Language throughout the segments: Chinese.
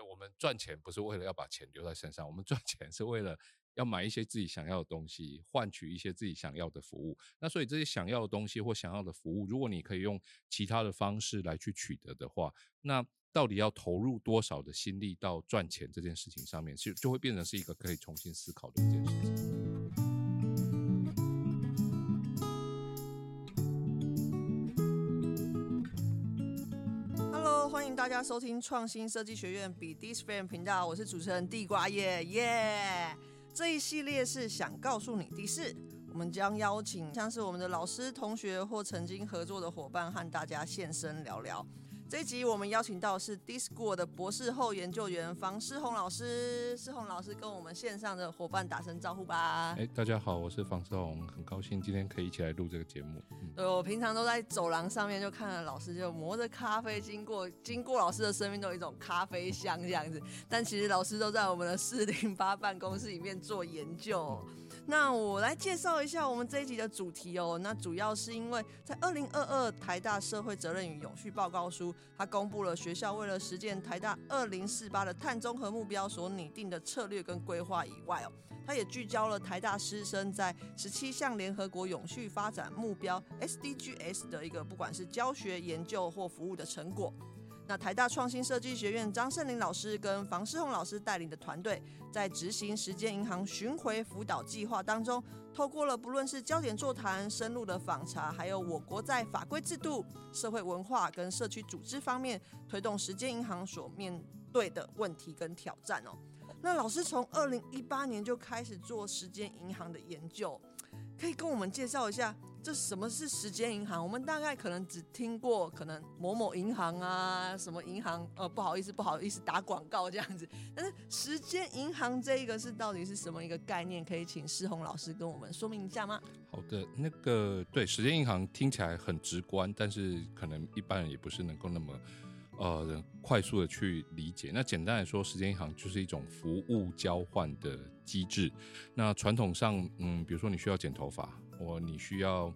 我们赚钱不是为了要把钱留在身上，我们赚钱是为了要买一些自己想要的东西，换取一些自己想要的服务。那所以这些想要的东西或想要的服务，如果你可以用其他的方式来去取得的话，那到底要投入多少的心力到赚钱这件事情上面，就会变成是一个可以重新思考的一件事情。 欢迎大家收听创新设计学院比 Disfriend 频道，我是主持人地瓜叶耶。这一系列是想告诉你的事，我们将邀请像是我们的老师、同学或曾经合作的伙伴和大家现身聊聊。这一集我们邀请到的是 D-School 的博士后研究员房诗宏老师，诗宏老师跟我们线上的伙伴打声招呼吧。 大家好，我是房诗宏，很高兴今天可以一起来录这个节目。 对，我平常都在走廊上面就看到老师就磨着咖啡经过老师的身边都有一种咖啡香这样子，但其实老师都在我们的408办公室里面做研究。那我来介绍一下我们这一集的主题哦。那主要是因为在2022台大社会责任与永续报告书，它公布了学校为了实践台大2048的碳中和目标所拟定的策略跟规划以外哦，它也聚焦了台大师生在17项联合国永续发展目标 SDGs 的一个不管是教学、研究或服务的成果。那台大创新设计学院张胜林老师跟房诗宏老师带领的团队，在执行时间银行巡回辅导计划当中，透过了不论是焦点座谈、深入的访查，还有我国在法规制度、社会文化跟社区组织方面，推动时间银行所面对的问题跟挑战哦。那老师从2018年就开始做时间银行的研究，可以跟我们介绍一下这什么是时间银行？我们大概可能只听过可能某某银行啊，什么银行不好意思打广告这样子，但是时间银行这一个是到底是什么一个概念？可以请诗宏老师跟我们说明一下吗？ 好的，对，时间银行听起来很直观，但是可能一般人也不是能够那么快速的去理解。那简单来说，时间银行就是一种服务交换的机制。那传统上比如说你需要剪头发，或你需要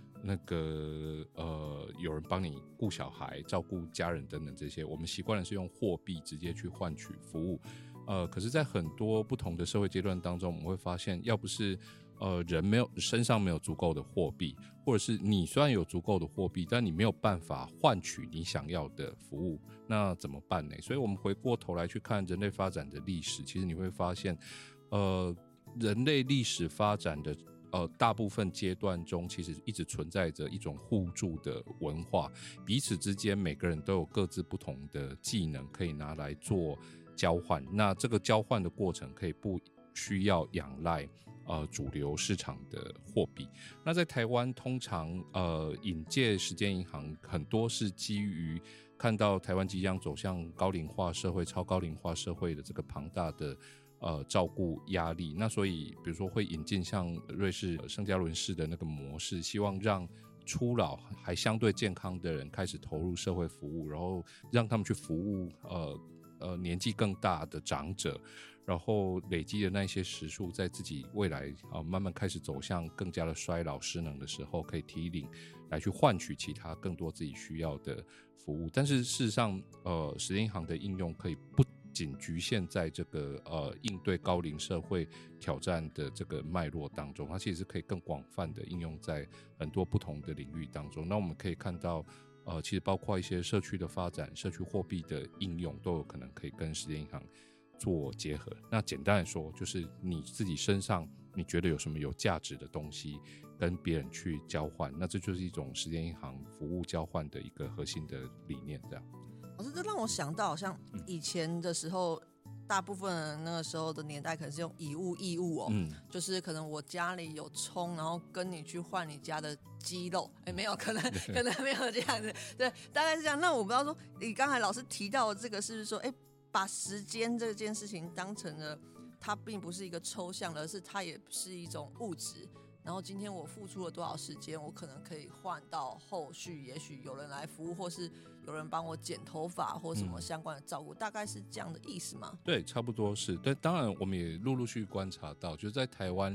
有人帮你顾小孩、照顾家人等等这些，我们习惯的是用货币直接去换取服务。可是在很多不同的社会阶段当中，我们会发现要不是人身上没有足够的货币，或者是你虽然有足够的货币，但你没有办法换取你想要的服务，那怎么办呢？所以我们回过头来去看人类发展的历史，其实你会发现人类历史发展的大部分阶段中，其实一直存在着一种互助的文化，彼此之间每个人都有各自不同的技能可以拿来做交换。那这个交换的过程可以不需要仰赖主流市场的货币。那在台湾通常引介时间银行很多是基于看到台湾即将走向高龄化社会、超高龄化社会的这个庞大的照顾压力，那所以比如说会引进像瑞士圣加仑式的那个模式，希望让初老还相对健康的人开始投入社会服务，然后让他们去服务年纪更大的长者，然后累积的那些时数，在自己未来慢慢开始走向更加的衰老失能的时候，可以提领来去换取其他更多自己需要的服务。但是事实上时间银行的应用可以不仅局限在这个应对高龄社会挑战的这个脉络当中，它其实可以更广泛的应用在很多不同的领域当中。那我们可以看到其实包括一些社区的发展、社区货币的应用，都有可能可以跟时间银行做结合。那简单来说，就是你自己身上你觉得有什么有价值的东西跟别人去交换，那这就是一种时间银行服务交换的一个核心的理念。这样老师，这让我想到好像以前的时候大部分人那个时候的年代可能是用以物易物哦，就是可能我家里有葱，然后跟你去换你家的鸡肉，没有，可能没有这样子，对，大概是这样。那我不知道说，你刚才老师提到的这个是不是说，把时间这件事情当成了它并不是一个抽象的，而是它也是一种物质。然后今天我付出了多少时间，我可能可以换到后续也许有人来服务，或是有人帮我剪头发或什么相关的照顾，大概是这样的意思吗？ 对，差不多是。但当然我们也陆续观察到，就是在台湾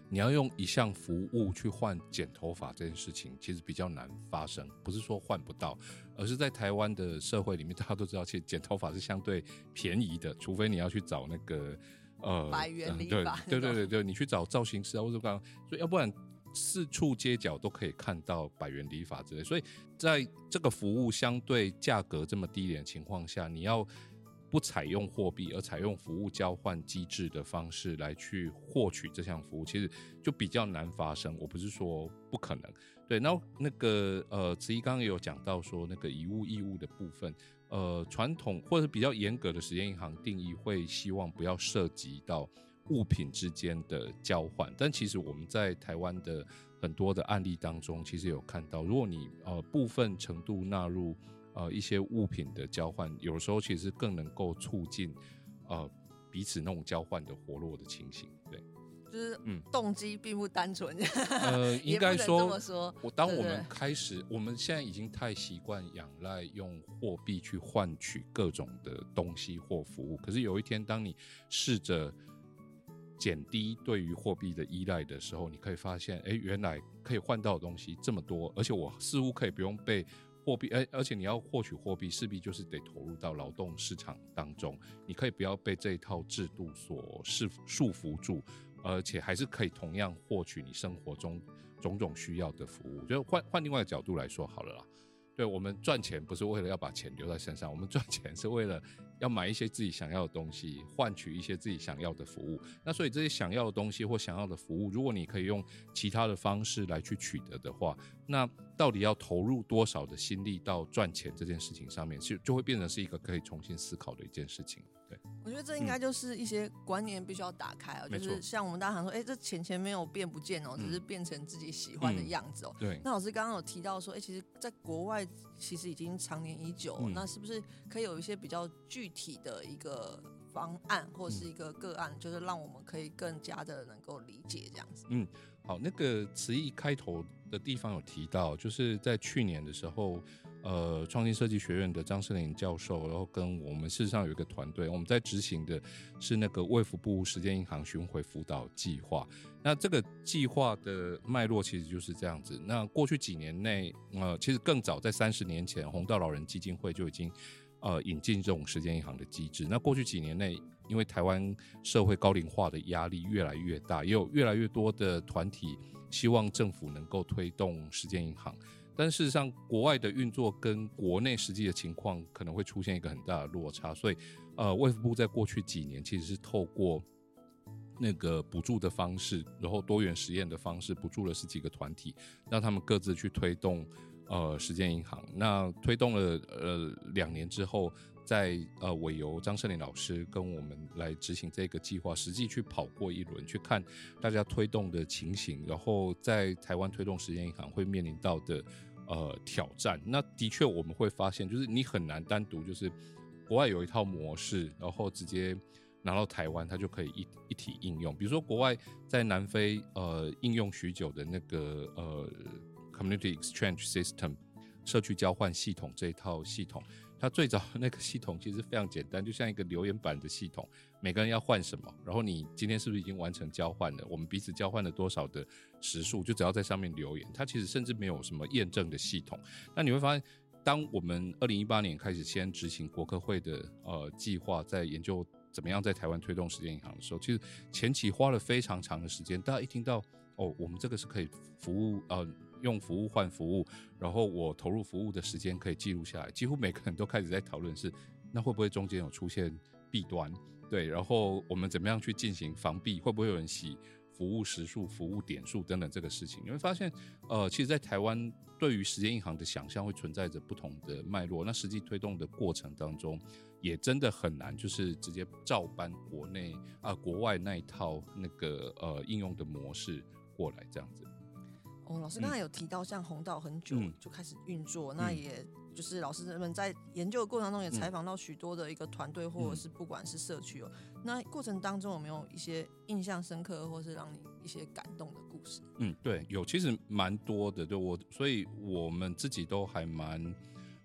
你要用一项服务去换剪头发这件事情，其实比较难发生，不是说换不到，而是在台湾的社会里面，大家都知道，其实剪头发是相对便宜的，除非你要去找那个百元理发， 对，你去找造型师啊，或者干嘛，所以要不然四处街角都可以看到百元理发之类，所以在这个服务相对价格这么低廉的情况下，你要不采用货币而采用服务交换机制的方式来去获取这项服务，其实就比较难发生。我不是说不可能，对。然后那个慈怡刚刚也有讲到说那个以物易物的部分，传统或者比较严格的时间银行定义会希望不要涉及到物品之间的交换，但其实我们在台湾的很多的案例当中，其实有看到，如果你部分程度纳入一些物品的交换，有的时候其实更能够促进彼此那种交换的活络的情形，对。 就是动机并不单纯， 应该说，当我们们开始，我们现在已经太习惯仰赖用货币去换取各种的东西或服务，可是有一天，当你试着减低对于货币的依赖的时候，你可以发现，原来可以换到的东西这么多，而且我似乎可以不用被货币，而且你要获取货币，势必就是得投入到劳动市场当中，你可以不要被这一套制度所束缚住，而且还是可以同样获取你生活中种种需要的服务。就换另外一个角度来说好了啦，对，我们赚钱不是为了要把钱留在身上，我们赚钱是为了要买一些自己想要的东西，换取一些自己想要的服务。那所以这些想要的东西或想要的服务，如果你可以用其他的方式来去取得的话，那到底要投入多少的心力到赚钱这件事情上面，就会变成是一个可以重新思考的一件事情。对， 我觉得这应该就是一些观念必须要打开就是像我们大家常说，这钱没有变不见只是变成自己喜欢的样子对。 那老师刚刚有提到说，其实在国外其实已经长年已久那是不是可以有一些比较具体的一个方案或是一个个案，就是让我们可以更加的能够理解这样子？ 好，那个词义开头的地方有提到，就是在去年的时候，创新设计学院的张胜林教授，然后跟我们事实上有一个团队，我们在执行的是那个卫福部时间银行巡回辅导计划。那这个计划的脉络其实就是这样子。那过去几年内，其实更早在30年前，弘道老人基金会就已经引进这种时间银行的机制。那过去几年内，因为台湾社会高龄化的压力越来越大，也有越来越多的团体希望政府能够推动时间银行，但事实上国外的运作跟国内实际的情况可能会出现一个很大的落差，所以卫福部在过去几年其实是透过那个补助的方式，然后多元实验的方式，补助了10几个团体，让他们各自去推动时间银行。那推动了2年之后，在委由张胜林老师跟我们来执行这个计划，实际去跑过一轮，去看大家推动的情形，然后在台湾推动时间银行会面临到的挑战。那的确我们会发现，就是你很难单独就是国外有一套模式，然后直接拿到台湾，它就可以一体应用。比如说国外在南非应用许久的那个Community Exchange System 社区交换系统这一套系统，它最早那个系统其实非常简单，就像一个留言板的系统，每个人要换什么，然后你今天是不是已经完成交换了，我们彼此交换了多少的时数，就只要在上面留言。它其实甚至没有什么验证的系统。那你会发现，当我们2018年开始先执行国科会的计划，在研究怎么样在台湾推动时间银行的时候，其实前期花了非常长的时间。大家一听到我们这个是可以服务用服务换服务，然后我投入服务的时间可以记录下来，几乎每个人都开始在讨论是那会不会中间有出现弊端，对，然后我们怎么样去进行防弊，会不会有人洗服务时数、服务点数等等这个事情。你会发现其实在台湾对于时间银行的想象会存在着不同的脉络，那实际推动的过程当中也真的很难就是直接照搬国外那一套那个应用的模式过来这样子。 老师刚才有提到像弘道很久就开始运作，那也就是老师们在研究的过程中也采访到许多的一个团队或者是不管是社区那过程当中有没有一些印象深刻或是让你一些感动的故事？ 对，有，其实蛮多的，对，所以我们自己都还蛮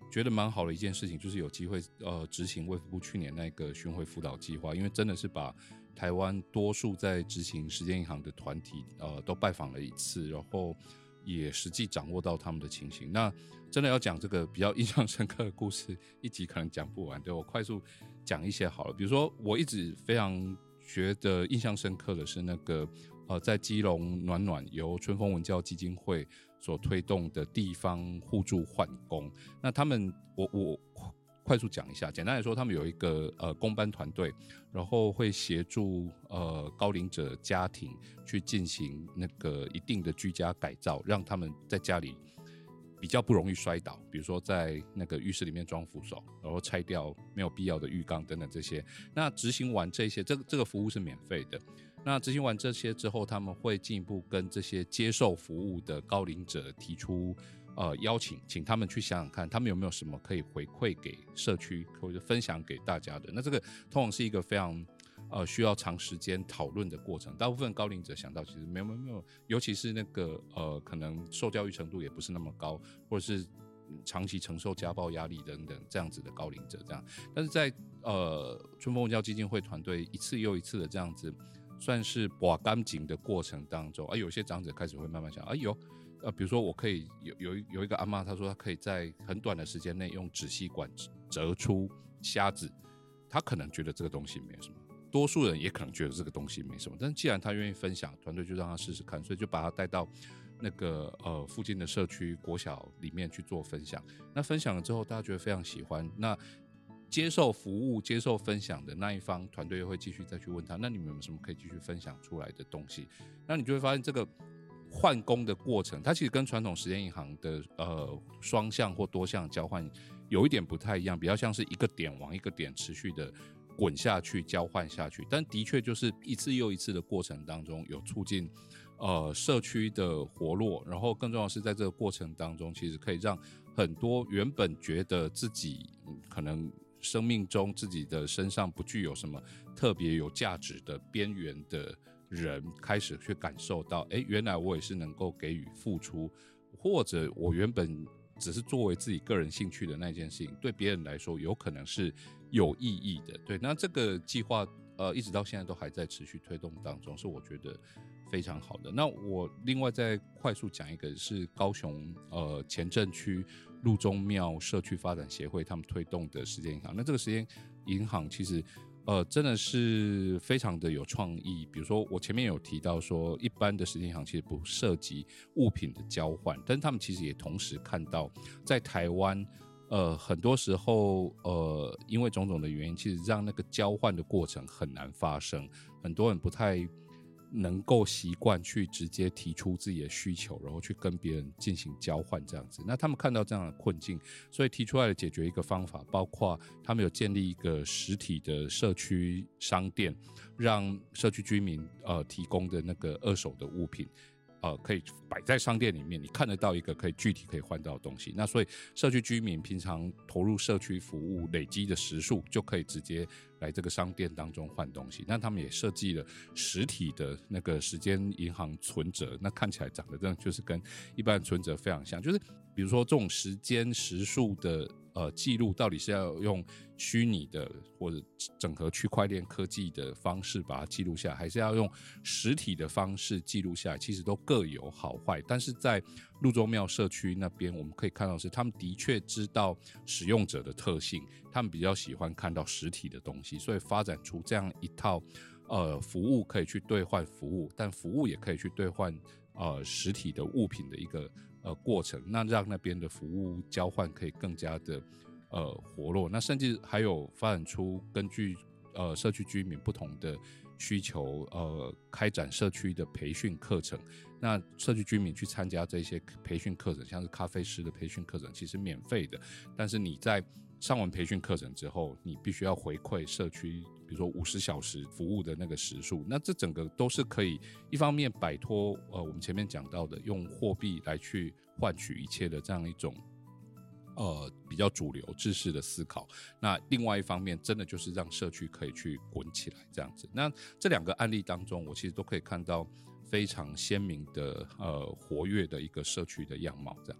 觉得蛮好的一件事情，就是有机会执行卫福部去年那个巡回辅导计划，因为真的是把台湾多数在执行时间银行的团体都拜访了一次，然后也实际掌握到他们的情形。那真的要讲这个比较印象深刻的故事，一集可能讲不完，对，我快速讲一些好了。比如说我一直非常觉得印象深刻的是那个在基隆暖暖由春风文教基金会所推动的地方互助换工。那他们我快速讲一下，简单来说，他们有一个工班团队，然后会协助高龄者家庭去进行那个一定的居家改造，让他们在家里比较不容易摔倒，比如说在那个浴室里面装扶手，然后拆掉没有必要的浴缸等等这些。那执行完这些，这个服务是免费的。那执行完这些之后，他们会进一步跟这些接受服务的高龄者提出邀请，请他们去想想看，他们有没有什么可以回馈给社区或者分享给大家的。那这个通常是一个非常需要长时间讨论的过程。大部分高龄者想到其实没有，尤其是那个可能受教育程度也不是那么高，或者是长期承受家暴压力等等这样子的高龄者这样。但是在春风文教基金会团队一次又一次的这样子算是把干净的过程当中，有些长者开始会慢慢想，比如说我可以有一个阿嬷，她说她可以在很短的时间内用纸吸管折出虾子，她可能觉得这个东西没什么，多数人也可能觉得这个东西没什么，但是既然她愿意分享，团队就让她试试看，所以就把她带到那个附近的社区国小里面去做分享。那分享了之后，大家觉得非常喜欢，那接受服务、接受分享的那一方团队又会继续再去问他，那你们有什么可以继续分享出来的东西？那你就会发现这个换工的过程，它其实跟传统时间银行的双向或多项交换有一点不太一样，比较像是一个点往一个点持续的滚下去、交换下去，但的确就是一次又一次的过程当中有促进社区的活络，然后更重要的是在这个过程当中，其实可以让很多原本觉得自己可能生命中自己的身上不具有什么特别有价值的边缘的人，开始去感受到，原来我也是能够给予付出，或者我原本只是作为自己个人兴趣的那件事情，对别人来说有可能是有意义的。对，那这个计划一直到现在都还在持续推动当中，是我觉得非常好的。那我另外再快速讲一个，是高雄前镇区路中庙社区发展协会他们推动的时间银行。那这个时间银行其实真的是非常的有创意。比如说我前面有提到说，一般的时间银行其实不涉及物品的交换，但是他们其实也同时看到在台湾很多时候因为种种的原因，其实让那个交换的过程很难发生，很多人不太能够习惯去直接提出自己的需求，然后去跟别人进行交换这样子。那他们看到这样的困境，所以提出来的解决一个方法，包括他们有建立一个实体的社区商店，让社区居民提供的那个二手的物品可以摆在商店里面，你看得到一个可以具体可以换到的东西。那所以社区居民平常投入社区服务累积的时数，就可以直接来这个商店当中换东西。那他们也设计了实体的那个时间银行存折，那看起来长得真的就是跟一般的存折非常像，就是比如说这种时间时数的记录，到底是要用虚拟的或者整合区块链科技的方式把它记录下来，还是要用实体的方式记录下来，其实都各有好坏。但是在路中庙社区那边，我们可以看到是他们的确知道使用者的特性，他们比较喜欢看到实体的东西，所以发展出这样一套服务可以去兑换服务，但服务也可以去兑换实体的物品的一个过程，那让那边的服务交换可以更加的活络。那甚至还有发展出根据社区居民不同的需求开展社区的培训课程。那社区居民去参加这些培训课程，像是咖啡师的培训课程，其实免费的，但是你在上完培训课程之后，你必须要回馈社区，比如说50小时服务的那个时数。那这整个都是可以一方面摆脱我们前面讲到的用货币来去换取一切的这样一种比较主流制式的思考。那另外一方面，真的就是让社区可以去滚起来这样子。那这两个案例当中，我其实都可以看到非常鲜明的活跃的一个社区的样貌这样。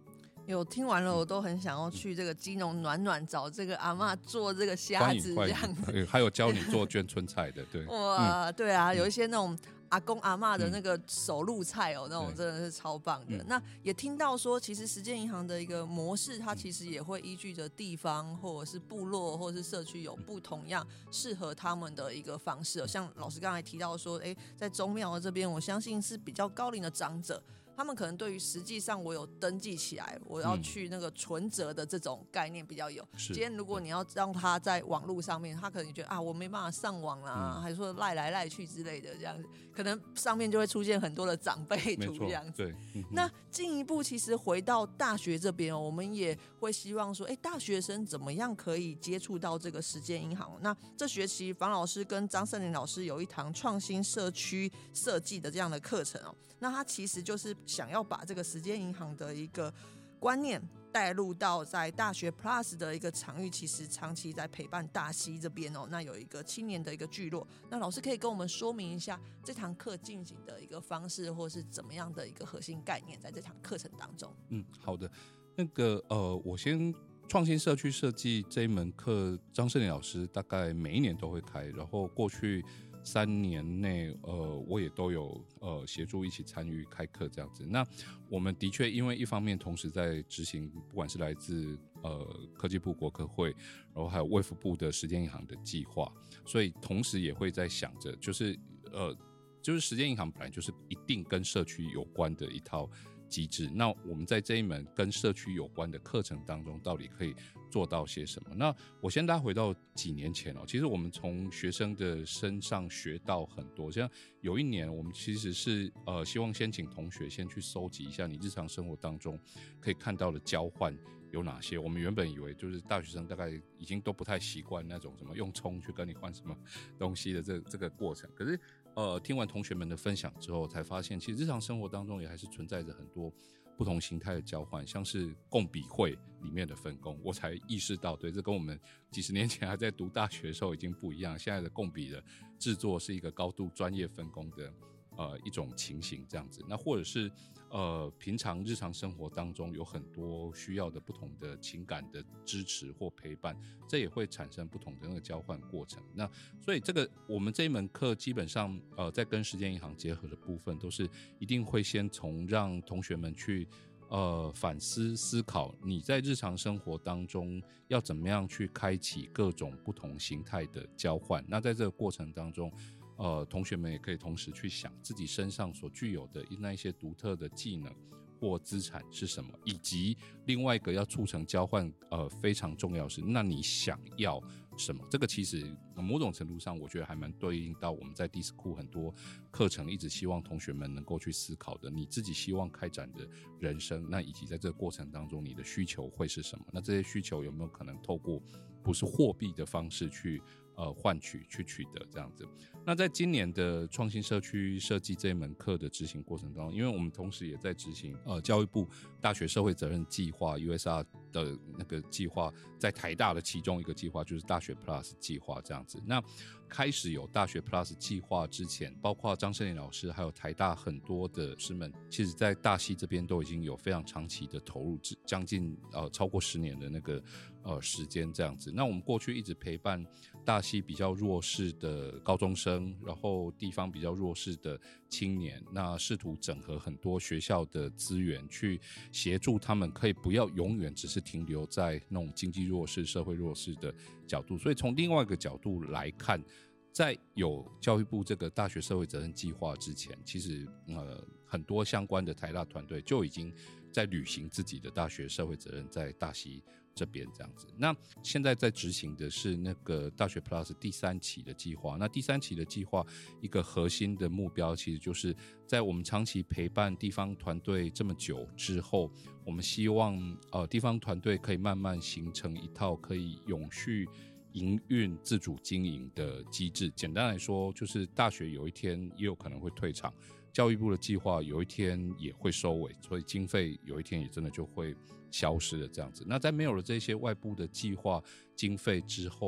有听完了，我都很想要去这个基隆暖暖找这个阿嬷做这个虾子这样子， 还有教你做卷春菜的，对， 哇，对啊，有一些那种阿公阿嬷的那个手路菜哦，那种真的是超棒的。那也听到说，其实时间银行的一个模式，它其实也会依据着地方或者是部落或者是社区有不同样适合他们的一个方式。像老师刚才提到说，在宗庙这边，我相信是比较高龄的长者。他们可能对于实际上我有登记起来，我要去那个存折的这种概念比较有。今天如果你要让他在网络上面，他可能觉得我没办法上网啦，还是说赖来赖去之类的这样子，可能上面就会出现很多的长辈图这样子。 对， 那进一步其实回到大学这边我们也会希望说，大学生怎么样可以接触到这个时间银行？那这学期房老师跟张胜林老师有一堂创新社区设计的这样的课程那他其实就是想要把这个时间银行的一个观念带入到在大学 Plus 的一个场域，其实长期在陪伴大溪这边那有一个青年的一个聚落。那老师可以跟我们说明一下这堂课进行的一个方式，或是怎么样的一个核心概念在这堂课程当中？ 好的，那个我先创新社区设计这一门课，张胜林老师大概每一年都会开，然后过去3年内，我也都有协助一起参与开课这样子。那我们的确因为一方面同时在执行，不管是来自科技部国科会，然后还有卫福部的时间银行的计划，所以同时也会在想着，就是时间银行本来就是一定跟社区有关的一套机制。那我们在这一门跟社区有关的课程当中，到底可以做到些什么？那我先拉回到几年前其实我们从学生的身上学到很多。像有一年，我们其实是希望先请同学先去搜集一下你日常生活当中可以看到的交换有哪些。我们原本以为就是大学生大概已经都不太习惯那种什么用葱去跟你换什么东西的这个过程，可是听完同学们的分享之后，才发现其实日常生活当中也还是存在着很多不同形态的交换，像是共笔会里面的分工，我才意识到，对，这跟我们几十年前还在读大学的时候已经不一样。现在的共笔的制作是一个高度专业分工的一种情形，这样子。那或者是平常日常生活当中有很多需要的不同的情感的支持或陪伴，这也会产生不同的那个交换过程。那所以这个我们这一门课基本上在跟时间银行结合的部分，都是一定会先从让同学们去反思思考你在日常生活当中要怎么样去开启各种不同形态的交换。那在这个过程当中同学们也可以同时去想自己身上所具有的那一些独特的技能或资产是什么，以及另外一个要促成交换非常重要的是，那你想要什么？这个其实某种程度上我觉得还蛮对应到我们在 D-School 很多课程一直希望同学们能够去思考的，你自己希望开展的人生，那以及在这个过程当中你的需求会是什么，那这些需求有没有可能透过不是货币的方式去换取去取得这样子。那在今年的创新社区设计这一门课的执行过程当中，因为我们同时也在执行教育部大学社会责任计划 USR 的那个计划，在台大的其中一个计划就是大学 Plus 计划这样子。那开始有大学 Plus 计划之前，包括张胜林老师还有台大很多的老师们，其实在大溪这边都已经有非常长期的投入，将近超过10年的那个时间这样子。那我们过去一直陪伴大溪比较弱势的高中生，然后地方比较弱势的青年，那试图整合很多学校的资源，去协助他们可以不要永远只是停留在那种经济弱势、社会弱势的角度。所以从另外一个角度来看，在有教育部这个大学社会责任计划之前，其实很多相关的台大团队就已经在履行自己的大学社会责任，在大溪这边这样子。那现在在执行的是那个大学 Plus 第3期的计划。那第3期的计划一个核心的目标，其实就是在我们长期陪伴地方团队这么久之后，我们希望地方团队可以慢慢形成一套可以永续营运自主经营的机制。简单来说，就是大学有一天也有可能会退场，教育部的计划有一天也会收尾，所以经费有一天也真的就会消失了这样子。那在没有了这些外部的计划经费之后，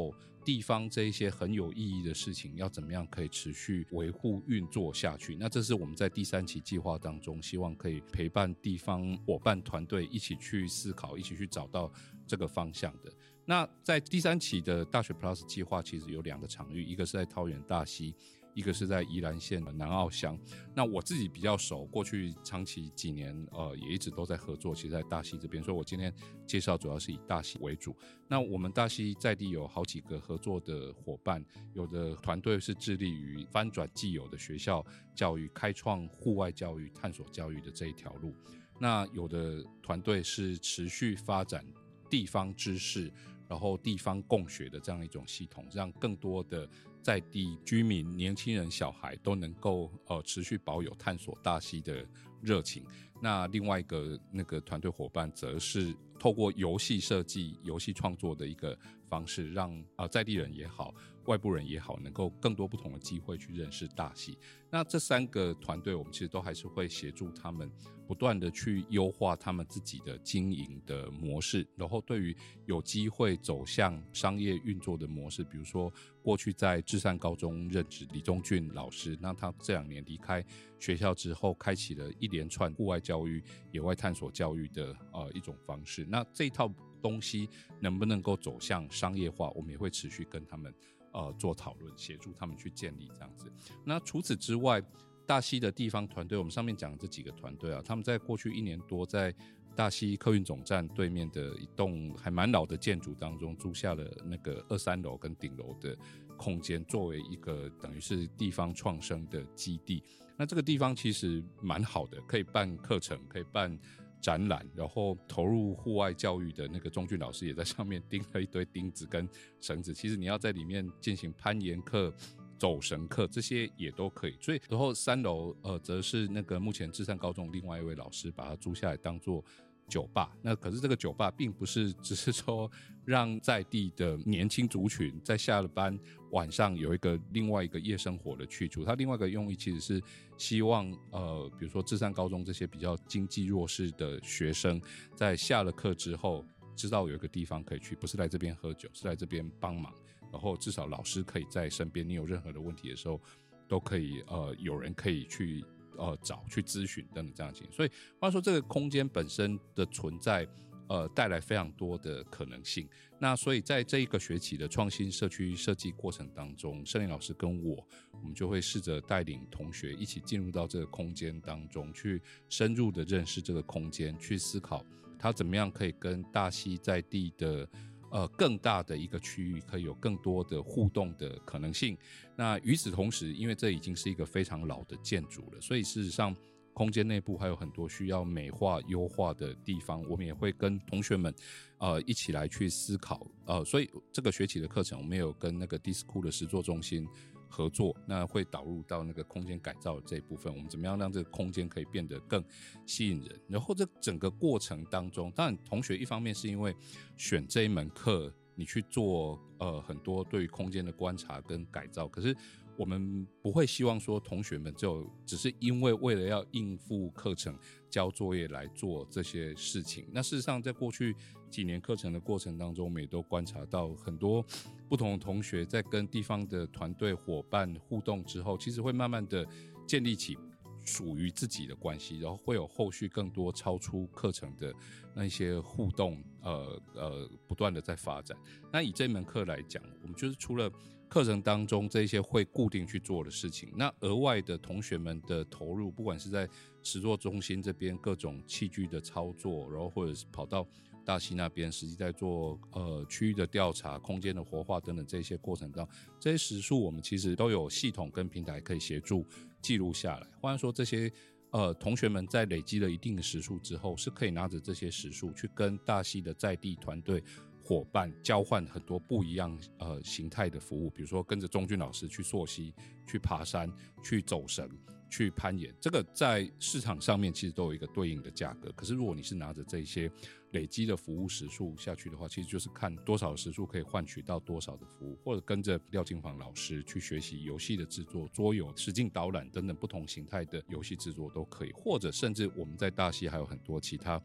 地方这一些很有意义的事情要怎么样可以持续维护运作下去。那这是我们在第3期计划当中希望可以陪伴地方伙伴团队一起去思考，一起去找到这个方向的。那在第3期的大学 Plus 计划其实有2个场域，一个是在桃园大溪，一个是在宜兰县的南澳乡。那我自己比较熟，过去长期几年也一直都在合作，其实在大溪这边，所以我今天介绍主要是以大溪为主。那我们大溪在地有好几个合作的伙伴，有的团队是致力于翻转既有的学校教育，开创户外教育、探索教育的这一条路。那有的团队是持续发展地方知识，然后地方共学的这样一种系统，让更多的在地居民、年轻人、小孩都能够持续保有探索大溪的热情。那另外一个那个团队伙伴则是透过游戏设计、游戏创作的一个方式，让在地人也好、外部人也好，能够更多不同的机会去认识大溪。那这3个团队，我们其实都还是会协助他们不断的去优化他们自己的经营的模式，然后对于有机会走向商业运作的模式，比如说过去在至善高中任职李宗俊老师，那他这2年离开学校之后，开启了一连串户外教育、野外探索教育的一种方式。那这一套东西能不能够走向商业化，我们也会持续跟他们做讨论，协助他们去建立这样子。那除此之外，大溪的地方团队，我们上面讲的这几个团队他们在过去1年多，在大溪客运总站对面的一栋还蛮老的建筑当中，租下了那个2、3楼跟顶楼的空间，作为一个等于是地方创生的基地。那这个地方其实蛮好的，可以办课程，可以办展览，然后投入户外教育的那个钟俊老师也在上面钉了一堆钉子跟绳子，其实你要在里面进行攀岩课、走绳课，这些也都可以。所以然后3楼则是那个目前至善高中另外一位老师把它租下来当做酒吧。那可是这个酒吧并不是只是说让在地的年轻族群在下了班晚上有另外一个夜生活的去处，它另外一个用意其实是希望比如说至善高中这些比较经济弱势的学生，在下了课之后知道有一个地方可以去，不是来这边喝酒，是来这边帮忙，然后至少老师可以在身边，你有任何的问题的时候都可以有人可以去找去咨询等等这样的情形。所以话说这个空间本身的存在带来非常多的可能性。那所以在这一个学期的创新社区设计过程当中，盛林老师跟我们就会试着带领同学一起进入到这个空间当中，去深入的认识这个空间，去思考它怎么样可以跟大溪在地的更大的一个区域可以有更多的互动的可能性。那与此同时，因为这已经是一个非常老的建筑了，所以事实上空间内部还有很多需要美化优化的地方，我们也会跟同学们一起来去思考。所以这个学期的课程我们也有跟那个 Disco 的实作中心合作，那会导入到那个空间改造的这一部分，我们怎么样让这个空间可以变得更吸引人。然后这整个过程当中，当然同学一方面是因为选这一门课你去做很多对于空间的观察跟改造，可是我们不会希望说同学们只是因为了要应付课程交作业来做这些事情。那事实上在过去几年课程的过程当中，我们也都观察到很多不同的同学在跟地方的团队伙伴互动之后，其实会慢慢的建立起属于自己的关系，然后会有后续更多超出课程的那些互动不断的在发展。那以这门课来讲，我们就是除了课程当中这些会固定去做的事情，那额外的同学们的投入，不管是在实作中心这边各种器具的操作，然后或者是跑到大溪那边实际在做区域的调查、空间的活化等等这些过程当中，这些时数我们其实都有系统跟平台可以协助记录下来。换句话说，这些同学们在累积了一定的时数之后，是可以拿着这些时数去跟大溪的在地团队伙伴交换很多不一样形态的服务，比如说跟着钟俊老师去溯溪、去爬山、去走绳、去攀岩，这个在市场上面其实都有一个对应的价格。可是如果你是拿着这些累积的服务时数下去的话，其实就是看多少时数可以换取到多少的服务，或者跟着廖金房老师去学习游戏的制作、桌游、实境导览等等不同形态的游戏制作都可以，或者甚至我们在大溪还有很多其他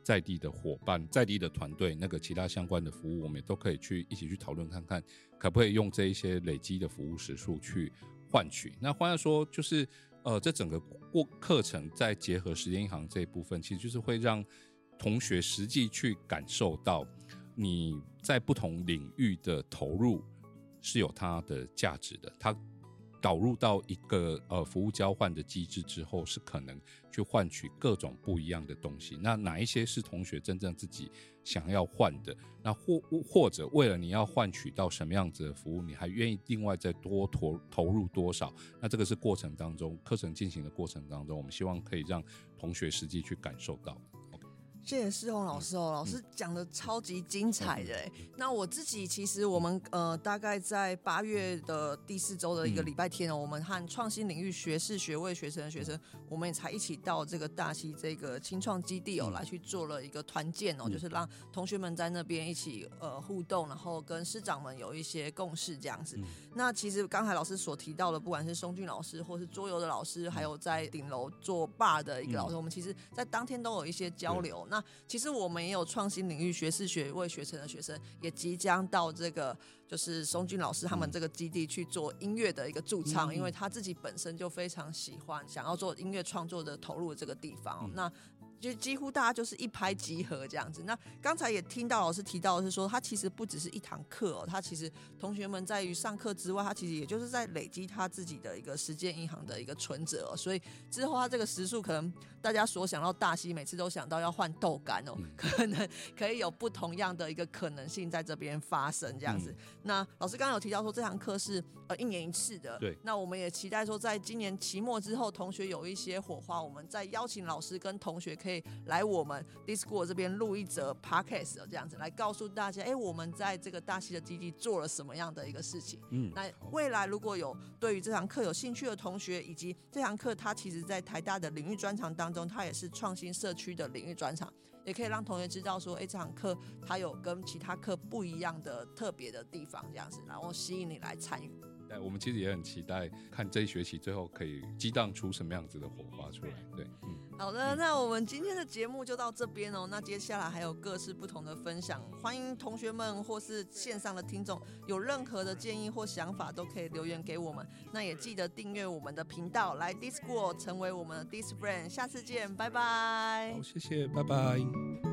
在地的伙伴、在地的团队，那个其他相关的服务，我们也都可以一起去讨论看看，可不可以用这一些累积的服务时数去换取。那换句话说，就是这整个课程再结合时间银行这一部分，其实就是会让同学实际去感受到你在不同领域的投入是有它的价值的。它导入到一个服务交换的机制之后，是可能去换取各种不一样的东西。那哪一些是同学真正自己想要换的？那或者为了你要换取到什么样子的服务，你还愿意另外再多投入多少？那这个是过程当中课程进行的过程当中，我们希望可以让同学实际去感受到。 谢谢世宏老师哦，老师讲的超级精彩的那我自己其实我们大概在8月的第4周的一个礼拜天我们和创新领域学士学位学程的学生，我们也才一起到这个大溪这个青创基地来去做了一个团建就是让同学们在那边一起互动，然后跟师长们有一些共识这样子。那其实刚才老师所提到的，不管是松俊老师或是桌游的老师，还有在顶楼做bar的一个老师，我们其实在当天都有一些交流。那其实我们也有创新领域学士学位学程的学生，也即将到这个就是松俊老师他们这个基地去做音乐的一个驻唱，因为他自己本身就非常喜欢想要做音乐创作的投入的这个地方。那就几乎大家就是一拍即合这样子。那刚才也听到老师提到的是说，他其实不只是一堂课他其实同学们在于上课之外，他其实也就是在累积他自己的一个时间银行的一个存折所以之后他这个时数可能大家所想到大溪每次都想到要换豆干可能可以有不同样的一个可能性在这边发生这样子。那老师刚刚有提到说这堂课是1年1次的， 对。 那我们也期待说在今年期末之后，同学有一些火花，我们再邀请老师跟同学可以来我们 Discord 这边录一则 Podcast 这样子来告诉大家我们在这个大溪的基地做了什么样的一个事情。那未来如果有对于这堂课有兴趣的同学，以及这堂课它其实在台大的领域专长当中，它也是创新社区的领域专长，也可以让同学知道说这堂课它有跟其他课不一样的特别的地方这样子，然后吸引你来参与。 我们其实也很期待看这一学期最后可以激荡出什么样子的火花出来。对， 好的，那我们今天的节目就到这边那接下来还有各式不同的分享，欢迎同学们或是线上的听众有任何的建议或想法都可以留言给我们。那也记得订阅我们的频道，来 Discord 成为我们的 Disc Friend。下次见，拜拜。 好，谢谢，拜拜。